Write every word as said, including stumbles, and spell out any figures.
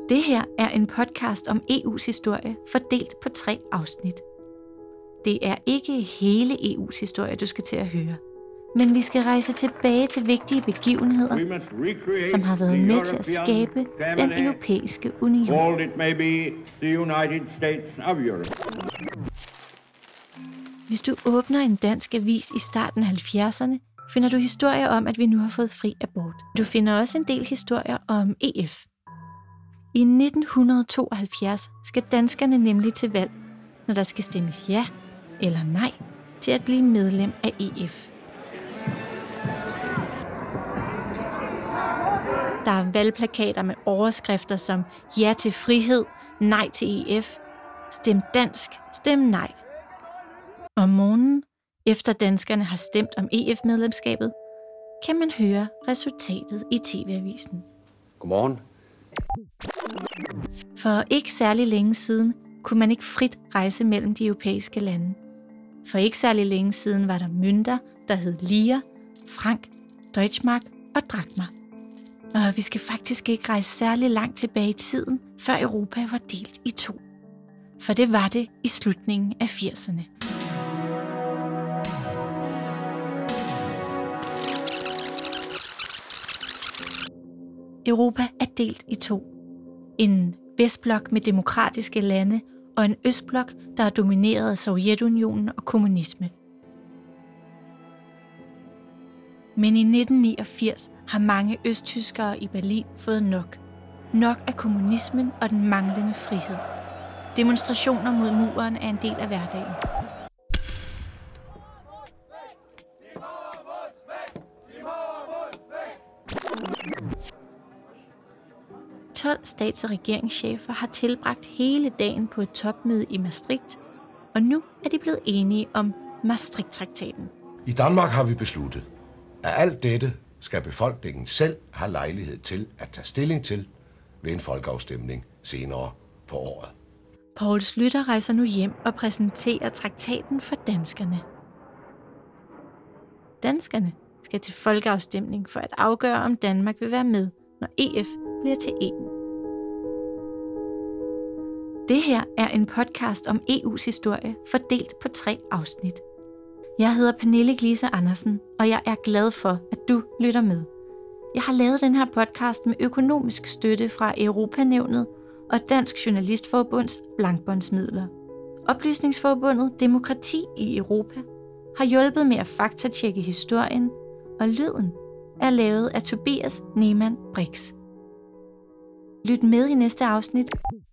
Det her er en podcast om E U's historie, fordelt på tre afsnit. Det er ikke hele E U's historie, du skal til at høre, men vi skal rejse tilbage til vigtige begivenheder, som har været med til at skabe den europæiske union. Hvis du åbner en dansk avis i starten af halvfjerdserne, finder du historier om, at vi nu har fået fri abort. Du finder også en del historier om E F. I nitten tooghalvfjerds skal danskerne nemlig til valg, når der skal stemmes ja eller nej til at blive medlem af E F. Der er valgplakater med overskrifter som ja til frihed, nej til E F, stem dansk, stem nej. Om morgenen, efter danskerne har stemt om E F-medlemskabet, kan man høre resultatet i T V-avisen. Godmorgen. For ikke særlig længe siden kunne man ikke frit rejse mellem de europæiske lande. For ikke særlig længe siden var der mønter, der hed lire, frank, Deutschmark og Drachma. Og vi skal faktisk ikke rejse særlig langt tilbage i tiden, før Europa var delt i to. For det var det i slutningen af firserne. Europa er delt i to. En vestblok med demokratiske lande og en østblok, der er domineret af Sovjetunionen og kommunisme. Men i nitten niogfirs har mange østtyskere i Berlin fået nok. Nok af kommunismen og den manglende frihed. Demonstrationer mod muren er en del af hverdagen. tolv stats- og regeringschefer har tilbragt hele dagen på et topmøde i Maastricht, og nu er de blevet enige om Maastricht-traktaten. I Danmark har vi besluttet, at alt dette skal befolkningen selv have lejlighed til at tage stilling til ved en folkeafstemning senere på året. Poul Schlüter rejser nu hjem og præsenterer traktaten for danskerne. Danskerne skal til folkeafstemning for at afgøre, om Danmark vil være med, når E F bliver til E U. Det her er en podcast om E U's historie, fordelt på tre afsnit. Jeg hedder Pernille Glise Andersen, og jeg er glad for, at du lytter med. Jeg har lavet den her podcast med økonomisk støtte fra Europanævnet og Dansk Journalistforbunds blankbåndsmidler. Oplysningsforbundet Demokrati i Europa har hjulpet med at faktatjekke historien, og lyden er lavet af Tobias Neman Brix. Lyt med i næste afsnit.